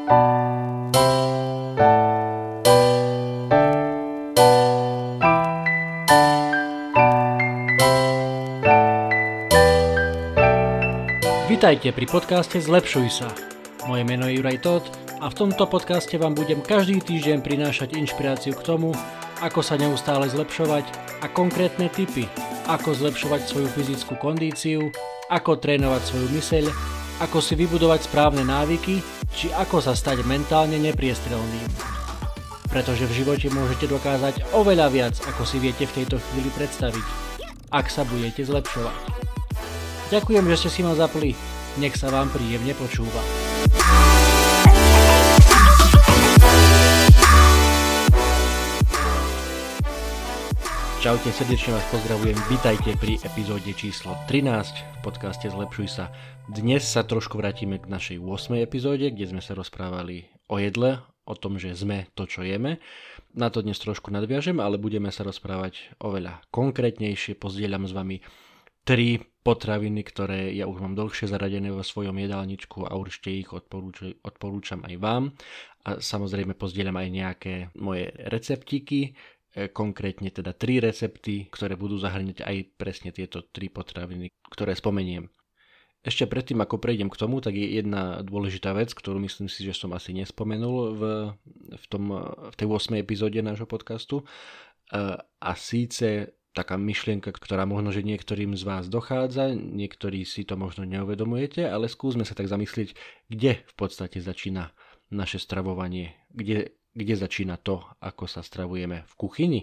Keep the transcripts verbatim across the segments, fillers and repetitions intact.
Vitajte pri podcaste Zlepšuj sa. Moje meno je Juraj Tóth a v tomto podcaste vám budem každý týždeň prinášať inšpiráciu k tomu, ako sa neustále zlepšovať a konkrétne tipy, ako zlepšovať svoju fyzickú kondíciu, ako trénovať svoju myseľ, ako si vybudovať správne návyky, či ako sa stať mentálne nepriestrelným. Pretože v živote môžete dokázať oveľa viac, ako si viete v tejto chvíli predstaviť, ak sa budete zlepšovať. Ďakujem, že ste si ma zapli. Nech sa vám príjemne počúva. Čaute, srdečne vás pozdravujem. Vítajte pri epizóde číslo trinásť v podcaste Zlepšuj sa. Dnes sa trošku vrátime k našej ôsmej epizóde, kde sme sa rozprávali o jedle, o tom, že sme to, čo jeme. Na to dnes trošku nadviažem, ale budeme sa rozprávať oveľa konkrétnejšie. Pozdieľam s vami tri potraviny, ktoré ja už mám dlhšie zaradené vo svojom jedálničku a určite ich odporúčam, odporúčam aj vám. A samozrejme pozdieľam aj nejaké moje receptíky, konkrétne teda tri recepty, ktoré budú zahrňať aj presne tieto tri potraviny, ktoré spomeniem. Ešte predtým, ako prejdem k tomu, tak je jedna dôležitá vec, ktorú myslím si, že som asi nespomenul v, v, tom, v tej ôsmej epizóde nášho podcastu. A síce taká myšlienka, ktorá možno, že niektorým z vás dochádza, niektorí si to možno neuvedomujete, ale skúsme sa tak zamyslieť, kde v podstate začína naše stravovanie, kde, kde začína to, ako sa stravujeme v kuchyni.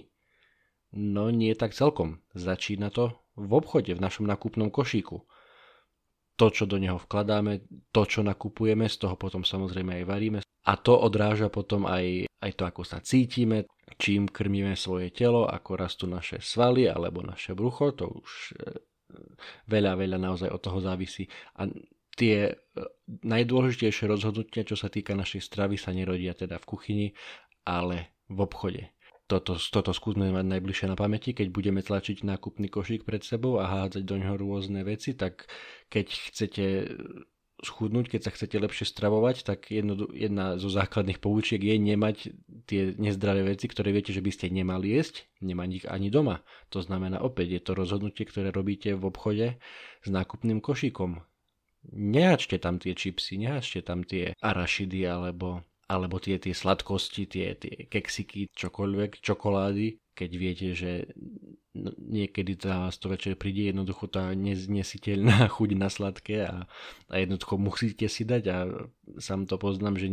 No nie tak celkom. Začína to v obchode, v našom nákupnom košíku. To, čo do neho vkladáme, to, čo nakupujeme, z toho potom samozrejme aj varíme. A to odráža potom aj, aj to, ako sa cítime, čím krmíme svoje telo, ako rastú naše svaly alebo naše brucho. To už veľa, veľa naozaj od toho závisí. A tie najdôležitejšie rozhodnutia, čo sa týka našej stravy, sa nerodia teda v kuchyni, ale v obchode. Toto, toto skúsme mať najbližšie na pamäti, keď budeme tlačiť nákupný košík pred sebou a hádzať do neho rôzne veci, tak keď chcete schudnúť, keď sa chcete lepšie stravovať, tak jedno, jedna zo základných poučiek je nemať tie nezdravé veci, ktoré viete, že by ste nemali jesť, nemať ich ani doma. To znamená opäť, je to rozhodnutie, ktoré robíte v obchode s nákupným košíkom. Nehačte tam tie čipsy, nehačte tam tie arašidy alebo alebo tie, tie sladkosti, tie, tie keksiky, čokoľvek, čokolády, keď viete, že niekedy tá vás to večer príde jednoducho tá neznesiteľná chuť na sladké a, a jednoducho musíte si dať a sám to poznám, že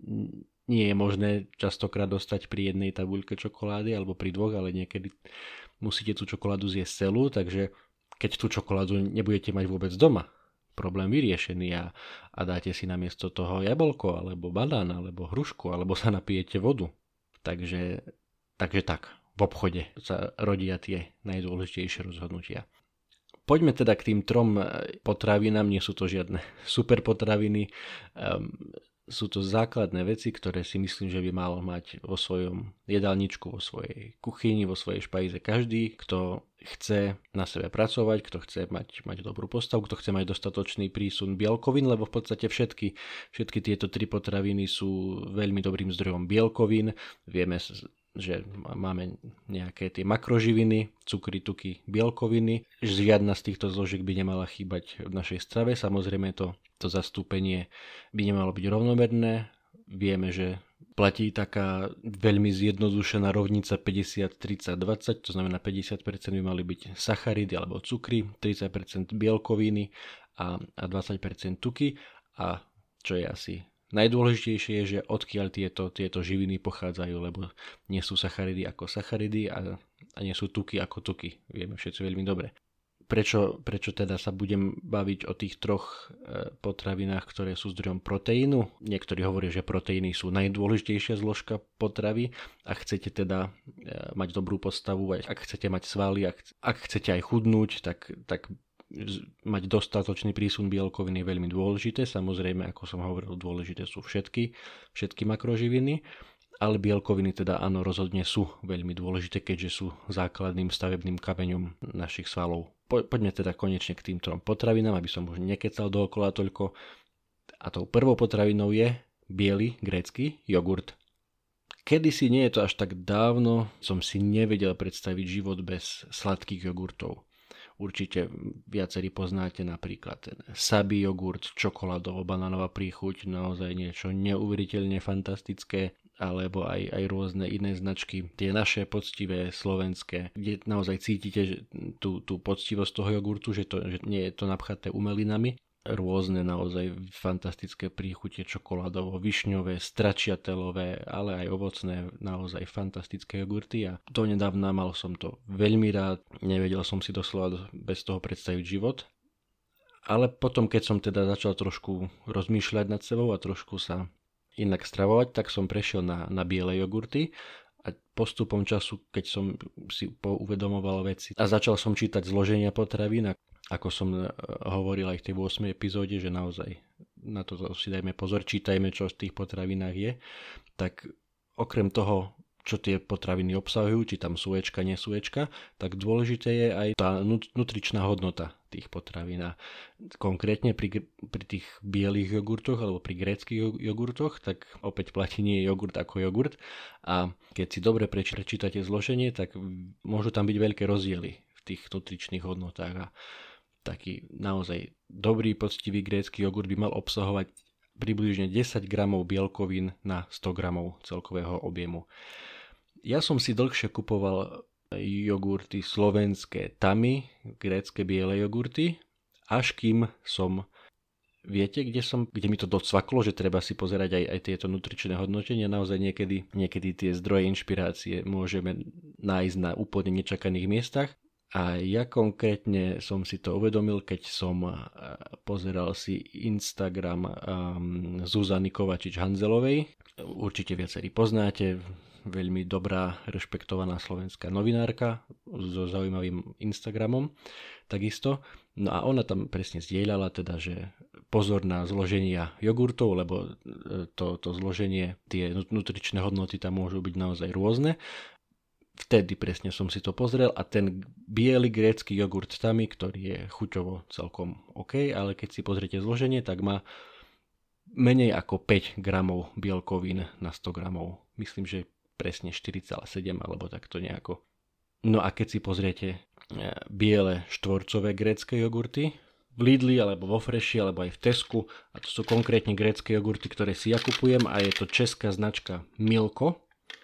nie je možné častokrát dostať pri jednej tabuľke čokolády alebo pri dvoch, ale niekedy musíte tú čokoládu zjesť celú, takže keď tú čokoládu nebudete mať vôbec doma, problém vyriešený a, a dáte si namiesto toho jablko, alebo banán, alebo hrušku, alebo sa napijete vodu. Takže, takže tak, v obchode sa rodia tie najdôležitejšie rozhodnutia. Poďme teda k tým trom potravinám, nie sú to žiadne super potraviny, um, sú to základné veci, ktoré si myslím, že by mal mať vo svojom jedálničku, vo svojej kuchyni, vo svojej špajze každý, kto chce na sebe pracovať, kto chce mať, mať dobrú postavu, kto chce mať dostatočný prísun bielkovín, lebo v podstate všetky, všetky tieto tri potraviny sú veľmi dobrým zdrojom bielkovín. Vieme, že máme nejaké tie makroživiny, cukry, tuky, bielkoviny. Žiadna z týchto zložiek by nemala chýbať v našej strave. Samozrejme to, to zastúpenie by nemalo byť rovnomerné. Vieme, že platí taká veľmi zjednodušená rovnica päťdesiat tridsať dvadsať, to znamená päťdesiat percent by mali byť sacharidy alebo cukry, tridsať percent bielkoviny a, a dvadsať percent tuky. A čo je asi najdôležitejšie je, že odkiaľ tieto, tieto živiny pochádzajú, lebo nie sú sacharidy ako sacharidy a, a nie sú tuky ako tuky. Vieme všetci veľmi dobre. Prečo, prečo teda sa budem baviť o tých troch e, potravinách, ktoré sú zdrojom proteínu? Niektorí hovoria, že proteíny sú najdôležitejšia zložka potravy. Ak chcete teda e, mať dobrú postavu, ak chcete mať svaly, ak, ak chcete aj chudnúť, tak, tak mať dostatočný prísun bielkovín je veľmi dôležité. Samozrejme, ako som hovoril, dôležité sú všetky, všetky makroživiny. Ale bielkoviny teda áno, rozhodne sú veľmi dôležité, keďže sú základným stavebným kameňom našich svalov. Po, poďme teda konečne k tým trom potravinám, aby som už nekecal dookola toľko. A tou prvou potravinou je biely grécky jogurt. Kedysi, nie je to až tak dávno, som si nevedel predstaviť život bez sladkých jogurtov. Určite viacerí poznáte napríklad ten Sabi jogurt, čokoládovo-banánová príchuť, naozaj niečo neuveriteľne fantastické, alebo aj, aj rôzne iné značky, tie naše poctivé slovenské, kde naozaj cítite že tú, tú poctivosť toho jogurtu, že, to, že nie je to napchaté umelinami. Rôzne naozaj fantastické príchute čokoládovo, višňové, stračiatelové, ale aj ovocné, naozaj fantastické jogurty a donedávna mal som to veľmi rád, nevedel som si doslova bez toho predstaviť život. Ale potom, keď som teda začal trošku rozmýšľať nad sebou a trošku sa inak stravovať, tak som prešiel na, na biele jogurty a postupom času, keď som si pouvedomoval veci a začal som čítať zloženia potravín, ako som hovoril aj v tej ôsmej epizóde, že naozaj na to si dajme pozor, čítajme, čo v tých potravinách je, tak okrem toho, čo tie potraviny obsahujú, či tam sú Ečka, nie sú Ečka, tak dôležité je aj tá nutričná hodnota tých potravín. A konkrétne pri, pri tých bielých jogurtoch alebo pri gréckych jogurtoch, tak opäť platí nie je jogurt ako jogurt. A keď si dobre prečítate zloženie, tak môžu tam byť veľké rozdiely v tých nutričných hodnotách. A taký naozaj dobrý, poctivý grécky jogurt by mal obsahovať približne desať gramov bielkovín na sto gramov celkového objemu. Ja som si dlhšie kupoval jogurty slovenské Tami, grécke biele jogurty, až kým som, viete, kde som, kde mi to docvaklo, že treba si pozerať aj, aj tieto nutričné hodnotenia. Naozaj niekedy, niekedy tie zdroje inšpirácie môžeme nájsť na úplne nečakaných miestach. A ja konkrétne som si to uvedomil, keď som pozeral si Instagram um, Zuzany Kovačič-Hanzelovej. Určite viacerí poznáte, veľmi dobrá, rešpektovaná slovenská novinárka so zaujímavým Instagramom, takisto. No a ona tam presne zdieľala teda, že pozor na zloženia jogurtov, lebo to, to zloženie, tie nutričné hodnoty tam môžu byť naozaj rôzne. Vtedy presne som si to pozrel a ten biely grécky jogurt Tami, ktorý je chuťovo celkom OK, ale keď si pozriete zloženie, tak má menej ako päť gramov bielkovín na sto gramov. Myslím, že presne štyri celé sedem alebo takto nejako. No a keď si pozriete biele štvorcové grécke jogurty v Lidli alebo vo Freši alebo aj v Tesku, a to sú konkrétne grécke jogurty, ktoré si ja kupujem a je to česká značka Milko.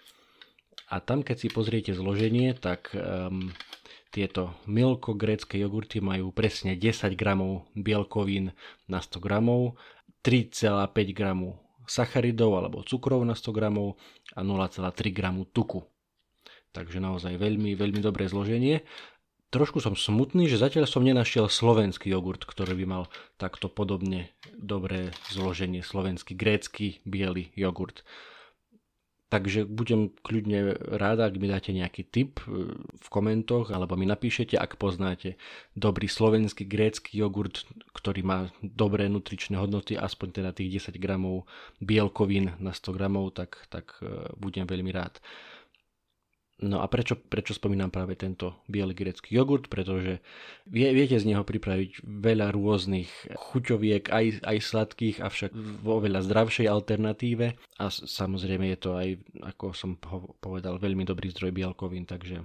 A tam, keď si pozriete zloženie, tak um, tieto Milko grécke jogurty majú presne desať gramov bielkovín na sto gramov, tri celé päť gramov sacharidov alebo cukrov na sto gramov a nula celé tri gramu tuku. Takže naozaj veľmi, veľmi dobré zloženie. Trošku som smutný, že zatiaľ som nenašiel slovenský jogurt, ktorý by mal takto podobne dobré zloženie, slovenský grécky biely jogurt. Takže budem kľudne ráda, ak mi dáte nejaký tip v komentoch, alebo mi napíšete, ak poznáte dobrý slovenský grécky jogurt, ktorý má dobré nutričné hodnoty, aspoň teda tých desať gramov bielkovín na sto gramov, tak, tak budem veľmi rád. No a prečo, prečo spomínam práve tento biely grécky jogurt? Pretože vie, viete z neho pripraviť veľa rôznych chuťoviek, aj, aj sladkých, avšak vo veľa zdravšej alternatíve. A samozrejme je to aj, ako som povedal, veľmi dobrý zdroj bielkovín, takže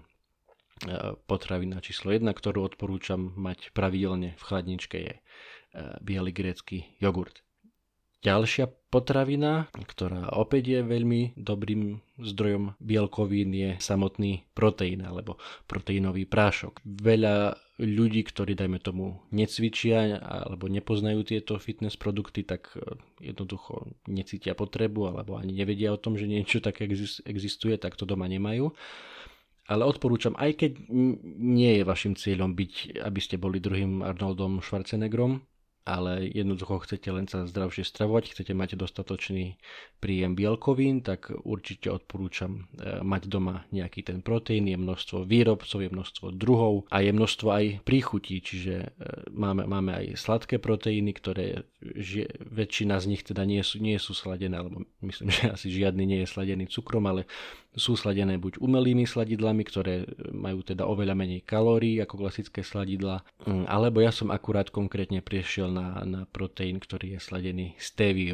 potravina číslo jedna, ktorú odporúčam mať pravidelne v chladničke, je biely grécky jogurt. Ďalšia potravina, ktorá opäť je veľmi dobrým zdrojom bielkovín, je samotný proteín alebo proteínový prášok. Veľa ľudí, ktorí dajme tomu necvičia alebo nepoznajú tieto fitness produkty, tak jednoducho necítia potrebu alebo ani nevedia o tom, že niečo také existuje, tak to doma nemajú. Ale odporúčam, aj keď nie je vašim cieľom byť, aby ste boli druhým Arnoldom Schwarzeneggerom, ale jednoducho chcete len sa zdravšie stravovať, chcete mať dostatočný príjem bielkovín, tak určite odporúčam mať doma nejaký ten proteín. Je množstvo výrobcov, je množstvo druhov a je množstvo aj príchutí, čiže máme, máme aj sladké proteíny, ktoré ži- väčšina z nich teda nie sú, nie sú sladené, alebo myslím, že asi žiadny nie je sladený cukrom, ale sú sladené buď umelými sladidlami, ktoré majú teda oveľa menej kalórií ako klasické sladidlá, alebo ja som akurát konkrétne prešiel na, na proteín, ktorý je sladený stéviou.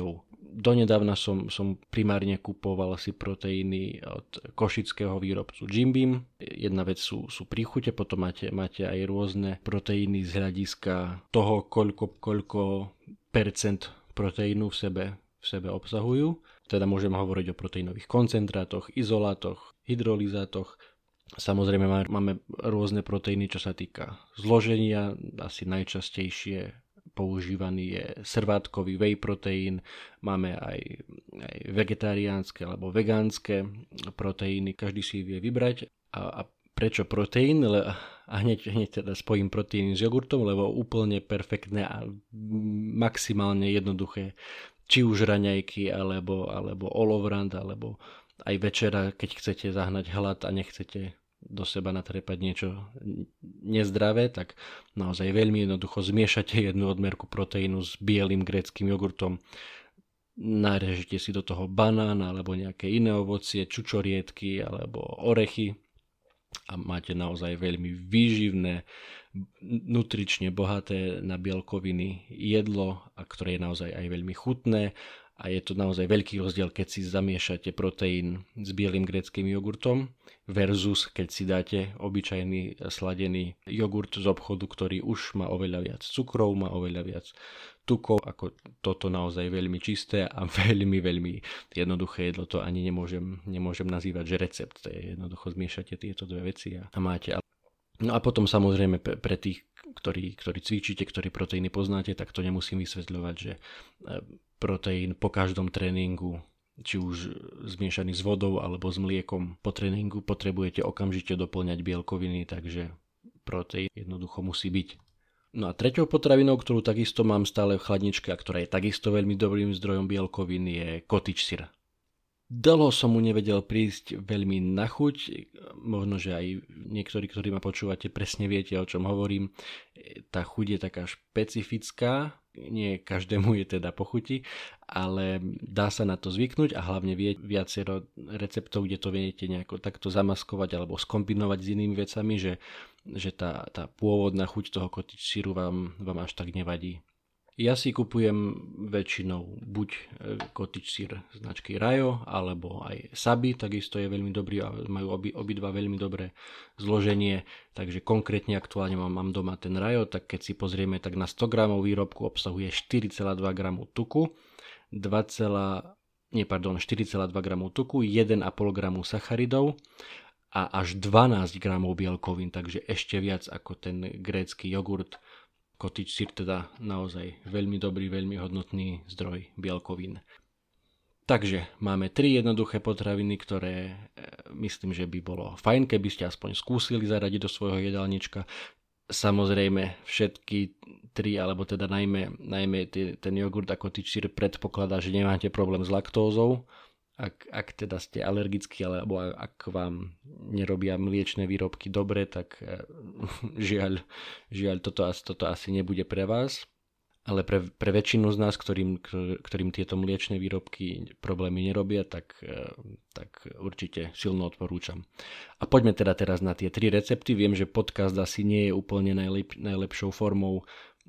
donedávna som, som primárne kupoval si proteíny od košického výrobcu Jim Beam. Jedna vec sú, sú príchute, potom máte, máte aj rôzne proteíny z hľadiska toho, koľko, koľko percent proteínu v sebe, v sebe obsahujú. Teda môžeme hovoriť o proteínových koncentrátoch, izolátoch, hydrolyzátoch. Samozrejme máme rôzne proteíny, čo sa týka zloženia. Asi najčastejšie používaný je servátkový whey proteín. Máme aj, aj vegetariánske alebo vegánske proteíny. Každý si vie vybrať. A, a prečo proteín? Le, a hneď, hneď teda spojím proteíny s jogurtom, lebo úplne perfektné a maximálne jednoduché. Či už raňajky, alebo, alebo olovrant, alebo aj večera, keď chcete zahnať hlad a nechcete do seba natrepať niečo nezdravé, tak naozaj veľmi jednoducho zmiešate jednu odmerku proteínu s bielým gréckym jogurtom, narežete si do toho banán alebo nejaké iné ovocie, čučoriedky alebo orechy a máte naozaj veľmi výživné, nutrične bohaté na bielkoviny jedlo, a ktoré je naozaj aj veľmi chutné. A je to naozaj veľký rozdiel, keď si zamiešate proteín s bielým gréckym jogurtom versus keď si dáte obyčajný sladený jogurt z obchodu, ktorý už má oveľa viac cukrov, má oveľa viac tukov. Ako toto naozaj veľmi čisté a veľmi, veľmi jednoduché jedlo. To ani nemôžem, nemôžem nazývať, že recept. To je jednoducho zmiešate tieto dve veci a, a máte. No a potom samozrejme pre tých, ktorí, ktorí cvičíte, ktorí proteíny poznáte, tak to nemusím vysvetľovať, že proteín po každom tréningu, či už zmiešaný s vodou alebo s mliekom po tréningu, potrebujete okamžite doplňať bielkoviny, takže proteín jednoducho musí byť. No a treťou potravinou, ktorú takisto mám stále v chladničke a ktorá je takisto veľmi dobrým zdrojom bielkovín, je cottage syr. Dlho som mu nevedel prísť veľmi na chuť, možno, že aj niektorí, ktorí ma počúvate, presne viete, o čom hovorím. Tá chuť je taká špecifická, nie každému je teda pochuti, ale dá sa na to zvyknúť a hlavne vie viacero receptov, kde to viete nejako takto zamaskovať alebo skombinovať s inými vecami, že, že tá, tá pôvodná chuť toho cottage syru vám, vám až tak nevadí. Ja si kupujem väčšinou buď cottage syr značky Rajo, alebo aj Saby, takisto je veľmi dobrý a majú obi, obidva veľmi dobré zloženie, takže konkrétne aktuálne mám, mám doma ten Rajo, tak keď si pozrieme, tak na sto gramov výrobku obsahuje štyri celé dva gramu tuku, dva, nie, pardon, štyri celé dva gramu tuku, jeden celá päť gramu sacharidov a až dvanásť gramov bielkovín, takže ešte viac ako ten grécky jogurt. Cottage syr teda naozaj veľmi dobrý, veľmi hodnotný zdroj bielkovín. Takže máme tri jednoduché potraviny, ktoré e, myslím, že by bolo fajn, keby ste aspoň skúsili zaradiť do svojho jedálnička. Samozrejme všetky tri, alebo teda najmä, najmä t- ten jogurt a cottage syr predpokladá, že nemáte problém s laktózou. Ak, ak teda ste alergickí, alebo ak vám nerobia mliečne výrobky dobre, tak žiaľ, žiaľ toto, toto asi nebude pre vás. Ale pre, pre väčšinu z nás, ktorým, ktorým tieto mliečne výrobky problémy nerobia, tak, tak určite silno odporúčam. A poďme teda teraz na tie tri recepty. Viem, že podcast asi nie je úplne najlep, najlepšou formou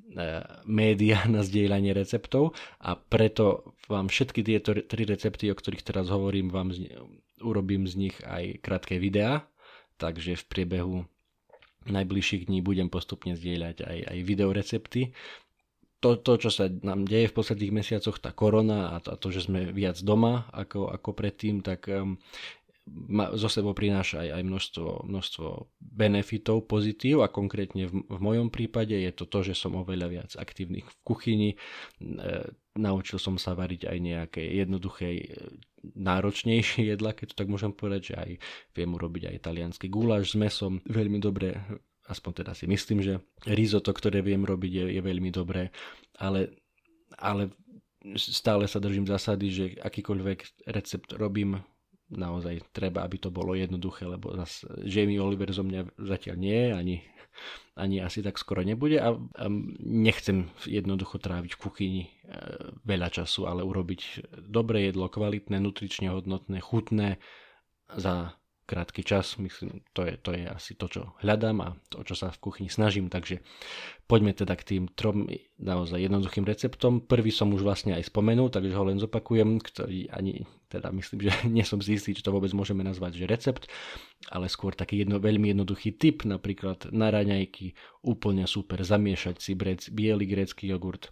média na zdieľanie receptov a preto vám všetky tieto tri recepty, o ktorých teraz hovorím, vám z, urobím z nich aj krátke videá, takže v priebehu najbližších dní budem postupne zdieľať aj, aj videorecepty. To, to, čo sa nám deje v posledných mesiacoch, tá korona a to, a to že sme viac doma ako, ako predtým, tak um, zo sebou prináša aj, aj množstvo, množstvo benefitov, pozitív a konkrétne v, v mojom prípade je to to, že som oveľa viac aktívny v kuchyni. E, naučil som sa variť aj nejaké jednoduché, náročnejšie jedla, keď to tak môžem povedať, že aj viem urobiť aj taliansky guláš s mäsom veľmi dobre, aspoň teda si myslím, že risotto, ktoré viem robiť, je, je veľmi dobré, ale, ale stále sa držím zásady, že akýkoľvek recept robím, naozaj treba, aby to bolo jednoduché, lebo zase Jamie Oliver zo mňa zatiaľ nie, ani, ani asi tak skoro nebude a, a nechcem jednoducho tráviť v kuchyni veľa času, ale urobiť dobré jedlo, kvalitné, nutrične hodnotné, chutné za krátky čas. Myslím, to je, to je asi to, čo hľadám a to, čo sa v kuchyni snažím. Takže poďme teda k tým trom naozaj jednoduchým receptom. Prvý som už vlastne aj spomenul, takže ho len zopakujem, ktorý ani, teda myslím, že nie som si istý, či to vôbec môžeme nazvať, že recept, ale skôr taký jedno, veľmi jednoduchý tip, napríklad na raňajky, úplne super, zamiešať si brec, biely grécky jogurt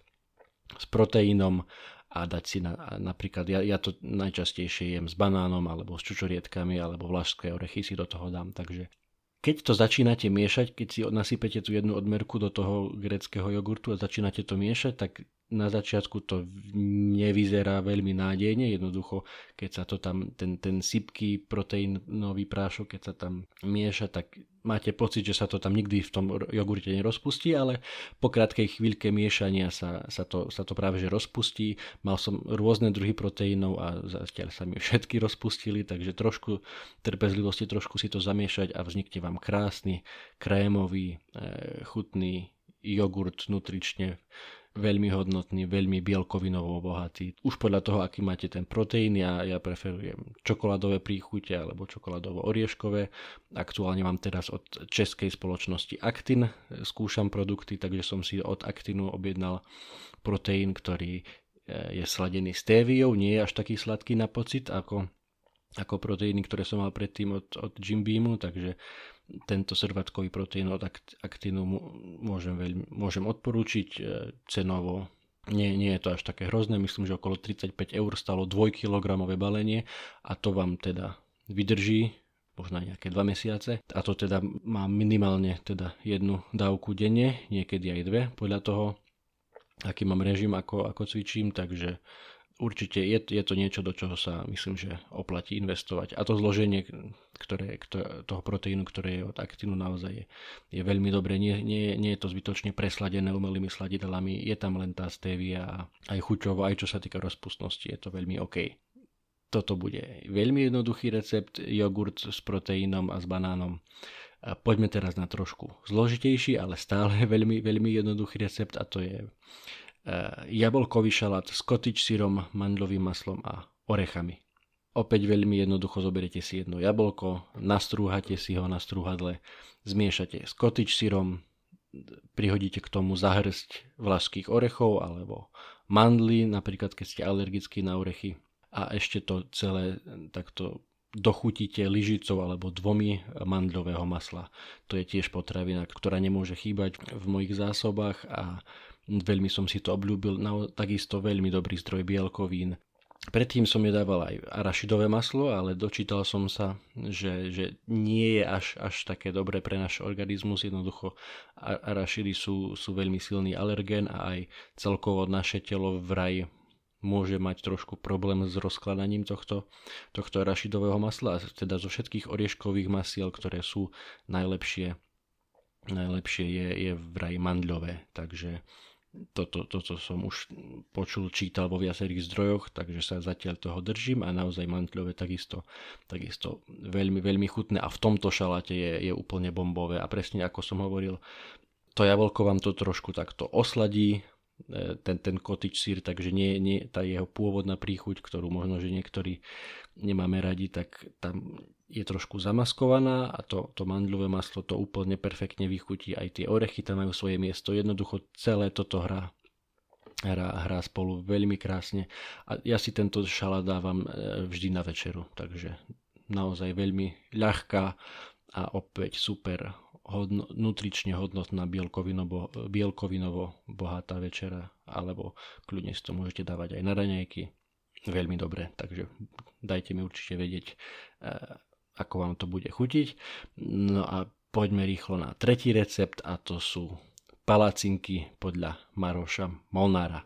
s proteínom a dať si na, napríklad, ja, ja to najčastejšie jem s banánom alebo s čučorietkami alebo vlašské orechy si do toho dám, takže keď to začínate miešať, keď si nasypete tú jednu odmerku do toho gréckeho jogurtu a začínate to miešať, tak na začiatku to nevyzerá veľmi nádejne, jednoducho keď sa to tam, ten, ten sypký proteínový prášok, keď sa tam mieša, tak máte pocit, že sa to tam nikdy v tom jogurte nerozpustí, ale po krátkej chvíľke miešania sa, sa, to, sa to práve že rozpustí. Mal som rôzne druhy proteínov a zatiaľ sa mi všetky rozpustili, takže trošku trpezlivosti, trošku si to zamiešať a vznikne vám krásny, krémový, chutný jogurt nutrične veľmi hodnotný, veľmi bielkovinovo bohatý. Už podľa toho, aký máte ten proteín, ja, ja preferujem čokoládové príchute alebo čokoládovo-orieškové. Aktuálne mám teraz od českej spoločnosti Actin, skúšam produkty, takže som si od Actinu objednal proteín, ktorý je sladený stéviou, nie je až taký sladký na pocit ako, ako proteíny, ktoré som mal predtým od, od Jim Beamu, takže tento servátkový proteín od Actinu môžem, veľmi, môžem odporúčiť cenovo. Nie, nie je to až také hrozné, myslím, že okolo tridsaťpäť eur stalo dvojkilogramové balenie a to vám teda vydrží možno nejaké dva mesiace. A to teda má minimálne teda jednu dávku denne, niekedy aj dve, podľa toho, aký mám režim, ako, ako cvičím, takže určite je, je to niečo, do čoho sa myslím, že oplatí investovať. A to zloženie ktoré, ktoré, toho proteínu, ktoré je od Actinu, naozaj je, je veľmi dobré. Nie, nie, nie je to zbytočne presladené umelými sladidlami, je tam len tá stevia a aj chuťovo, aj čo sa týka rozpustnosti, je to veľmi OK. Toto bude veľmi jednoduchý recept, jogurt s proteínom a s banánom. A poďme teraz na trošku zložitejší, ale stále veľmi, veľmi jednoduchý recept a to je jablkový šalát s cottage syrom, mandľovým maslom a orechami. Opäť veľmi jednoducho zoberiete si jedno jablko, nastrúhate si ho na strúhadle, zmiešate s cottage syrom, prihodíte k tomu zahrsť vlašských orechov alebo mandly, napríklad keď ste alergickí na orechy a ešte to celé takto dochutíte lyžicou alebo dvomi mandľového masla. To je tiež potravina, ktorá nemôže chýbať v mojich zásobách a veľmi som si to obľúbil, no, takisto veľmi dobrý zdroj bielkovín. Predtým som jedával aj arašidové maslo, ale dočítal som sa, že, že nie je až, až také dobré pre náš organizmus. Jednoducho arašidy sú, sú veľmi silný alergén a aj celkovo naše telo vraj môže mať trošku problém s rozkladaním tohto, tohto arašidového masla. A teda zo všetkých orieškových masiel, ktoré sú najlepšie, najlepšie je, je vraj mandľové. Takže Toto, toto som už počul, čítal vo viacerých zdrojoch, takže sa zatiaľ toho držím a naozaj mandľové takisto, takisto veľmi, veľmi chutné a v tomto šaláte je, je úplne bombové a presne ako som hovoril, to jablko vám to trošku takto osladí, ten, ten cottage syr, takže nie, nie tá jeho pôvodná príchuť, ktorú možno, že niektorí nemáme radi, tak tam je trošku zamaskovaná a to, to mandľové maslo to úplne perfektne vychutí, aj tie orechy tam majú svoje miesto, jednoducho celé toto hrá, hrá, hrá spolu veľmi krásne a ja si tento šalát dávam vždy na večeru, takže naozaj veľmi ľahká a opäť super hodno, nutrične hodnotná bielkovinovo, bielkovinovo bohatá večera, alebo kľudne si to môžete dávať aj na raňajky, veľmi dobre, takže dajte mi určite vedieť, ako vám to bude chutiť. No a poďme rýchlo na tretí recept a to sú palacinky podľa Maroša Molnára.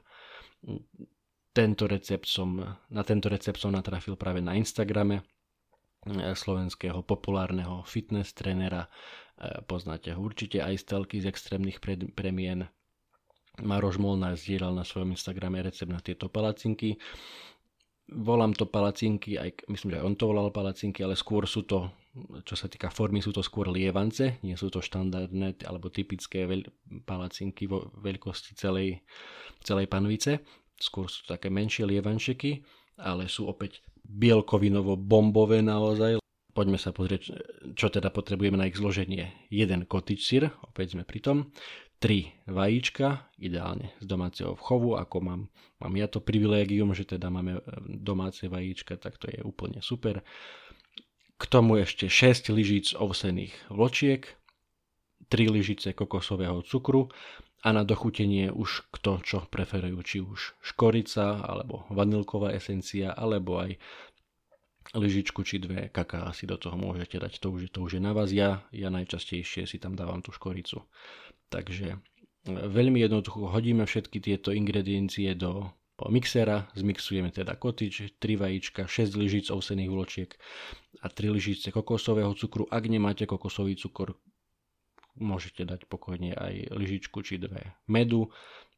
Tento recept som, na tento recept som natrafil práve na Instagrame slovenského populárneho fitness trénera. Poznáte ho určite aj z telky z extrémnych premien. Maroš Molnár zdieľal na svojom Instagrame recept na tieto palacinky. Volám to palacinky, aj, myslím, že aj on to volal palacinky, ale skôr sú to, čo sa týka formy, sú to skôr lievance, nie sú to štandardné alebo typické veľ, palacinky vo veľkosti celej, celej panvice. Skôr sú to také menšie lievančeky, ale sú opäť bielkovinovo bombové naozaj. poďme sa pozrieť, čo teda potrebujeme na ich zloženie. jeden cottage sír, opäť sme pri tom, tri vajíčka, ideálne z domáceho chovu, ako mám, mám ja to privilégium, že teda máme domáce vajíčka, tak to je úplne super. K tomu ešte šesť lyžíc ovsených vločiek, tri lyžice kokosového cukru a na dochutenie už kto čo preferujú, či už škorica, alebo vanilková esencia, alebo aj lyžičku či dve kaká si do toho môžete dať, to už, to už je na vás. Ja, ja najčastejšie si tam dávam tú škoricu. Takže veľmi jednoducho hodíme všetky tieto ingrediencie do mixera, zmixujeme teda cottage, tri vajíčka, šesť lyžíc ovsených vločiek a tri lyžice kokosového cukru. Ak nemáte kokosový cukor, môžete dať pokojne aj lyžičku či dve medu,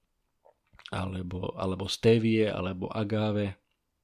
alebo, alebo stevie, alebo agáve,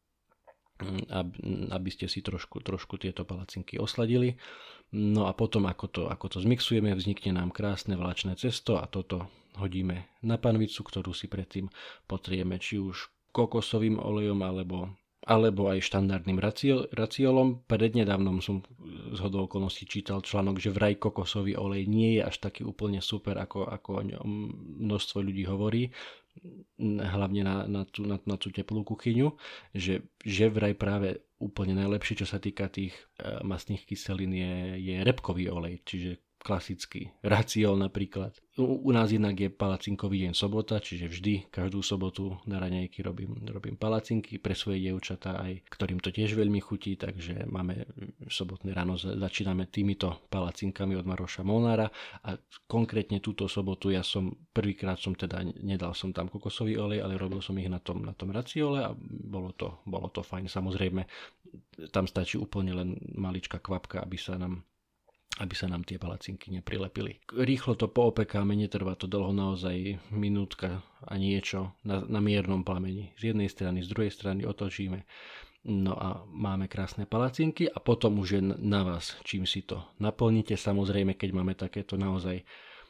aby, aby ste si trošku, trošku tieto palacinky osladili. No a potom, ako to, ako to zmixujeme, vznikne nám krásne vláčne cesto a toto hodíme na panvicu, ktorú si predtým potrieme či už kokosovým olejom, alebo alebo aj štandardným racio, raciolom. Prednedávnom som zhodou okolností čítal článok, že vraj kokosový olej nie je až taký úplne super, ako, ako o ňom množstvo ľudí hovorí, hlavne na, na, tú, na, na tú teplú kuchyňu, že, že vraj práve úplne najlepšie, čo sa týka tých e, mastných kyselín, je, je repkový olej, čiže klasický raciol napríklad. U, u nás inak je palacinkový deň sobota, čiže vždy, každú sobotu na raňajky robím, robím palacinky pre svoje dievčatá, aj ktorým to tiež veľmi chutí, takže máme sobotné ráno, začíname týmito palacinkami od Maroša Molnára a konkrétne túto sobotu ja som, prvýkrát som teda, nedal som tam kokosový olej, ale robil som ich na tom, na tom raciole a bolo to, bolo to fajn. Samozrejme, tam stačí úplne len maličká kvapka, aby sa nám aby sa nám tie palacinky neprilepili. Rýchlo to poopekáme, netrvá to dlho, naozaj minútka a niečo na, na miernom plameni. Z jednej strany, z druhej strany otočíme. No a máme krásne palacinky a potom už je na vás, čím si to naplníte. Samozrejme, keď máme takéto naozaj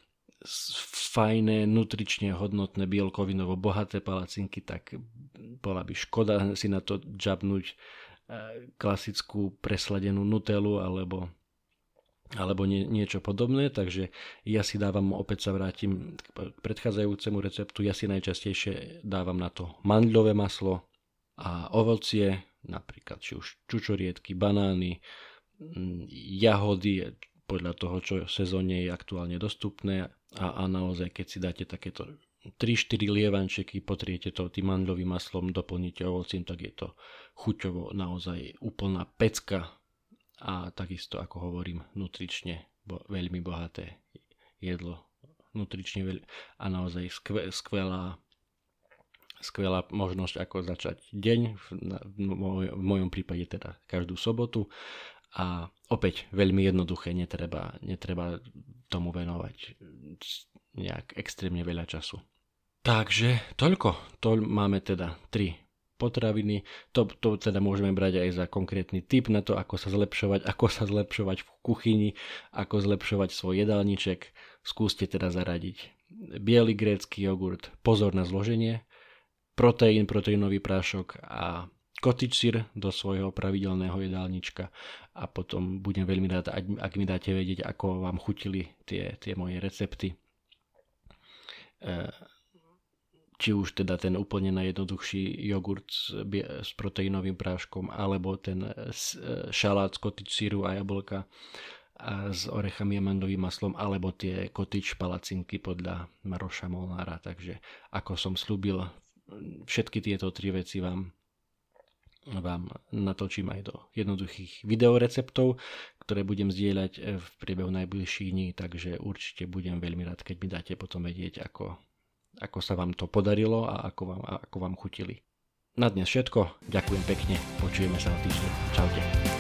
fajné, nutrične hodnotné, bielkovinovo bohaté palacinky, tak bola by škoda si na to džabnúť klasickú presladenú nutelu alebo alebo nie, niečo podobné, takže ja si dávam, opäť sa vrátim k predchádzajúcemu receptu, ja si najčastejšie dávam na to mandľové maslo a ovocie, napríklad či už čučoriedky, banány, jahody, podľa toho, čo sezónne je aktuálne dostupné a, a naozaj, keď si dáte takéto tri štyri lievančeky, potriete to tým mandľovým maslom, doplníte ovocím, tak je to chuťovo naozaj úplná pecka. A takisto, ako hovorím, nutrične bo, veľmi bohaté jedlo, nutrične veľ, a naozaj skve, skvelá, skvelá možnosť, ako začať deň, v, na, v, moj, v mojom prípade teda každú sobotu a opäť veľmi jednoduché, netreba, netreba tomu venovať nejak extrémne veľa času. Takže toľko, to máme teda tri potraviny, to, to teda môžeme brať aj za konkrétny tip na to, ako sa zlepšovať, ako sa zlepšovať v kuchyni, ako zlepšovať svoj jedálniček. Skúste teda zaradiť biely grécky jogurt, pozor na zloženie, proteín, proteínový prášok a cottage sír do svojho pravidelného jedálnička a potom budem veľmi rád, ak mi dáte vedieť, ako vám chutili tie, tie moje recepty. E- či už teda ten úplne najjednoduchší jogurt s, s proteínovým práškom, alebo ten šalát z cottage síru a jablka a s orechami a mandlovým maslom, alebo tie cottage palacinky podľa Maroša Molnára. Takže ako som slúbil, všetky tieto tri veci vám, vám natočím aj do jednoduchých videoreceptov, ktoré budem zdieľať v priebehu najbližších dní, takže určite budem veľmi rád, keď mi dáte potom vedieť, ako ako sa vám to podarilo a ako vám, a ako vám chutili. Na dnes všetko, ďakujem pekne, počujeme sa o týždeň. Čaute.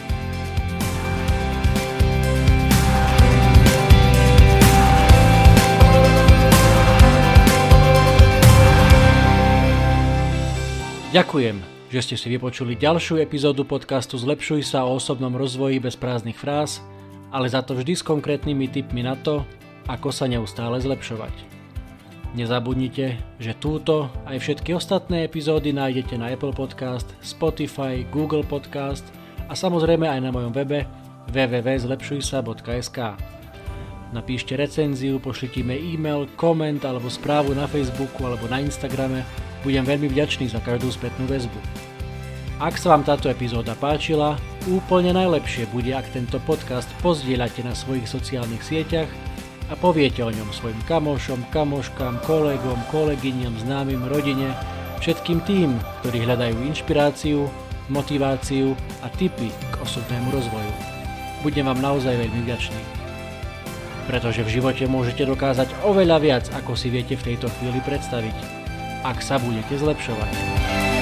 Ďakujem, že ste si vypočuli ďalšiu epizódu podcastu Zlepšuj sa o osobnom rozvoji bez prázdnych fráz, ale za to vždy s konkrétnymi tipmi na to, ako sa neustále zlepšovať. Nezabudnite, že túto aj všetky ostatné epizódy nájdete na Apple Podcast, Spotify, Google Podcast a samozrejme aj na mojom webe w w w bodka zlepšuj sa bodka es ká. Napíšte recenziu, pošlite mi e-mail, koment alebo správu na Facebooku alebo na Instagrame. Budem veľmi vďačný za každú spätnú väzbu. Ak sa vám táto epizóda páčila, úplne najlepšie bude, ak tento podcast pozdieľate na svojich sociálnych sieťach a poviete o ňom svojim kamošom, kamoškám, kolegom, kolegyňam, známym, rodine, všetkým tým, ktorí hľadajú inšpiráciu, motiváciu a tipy k osobnému rozvoju. Budem vám naozaj veľmi vďačný. Pretože v živote môžete dokázať oveľa viac, ako si viete v tejto chvíli predstaviť, ak sa budete zlepšovať.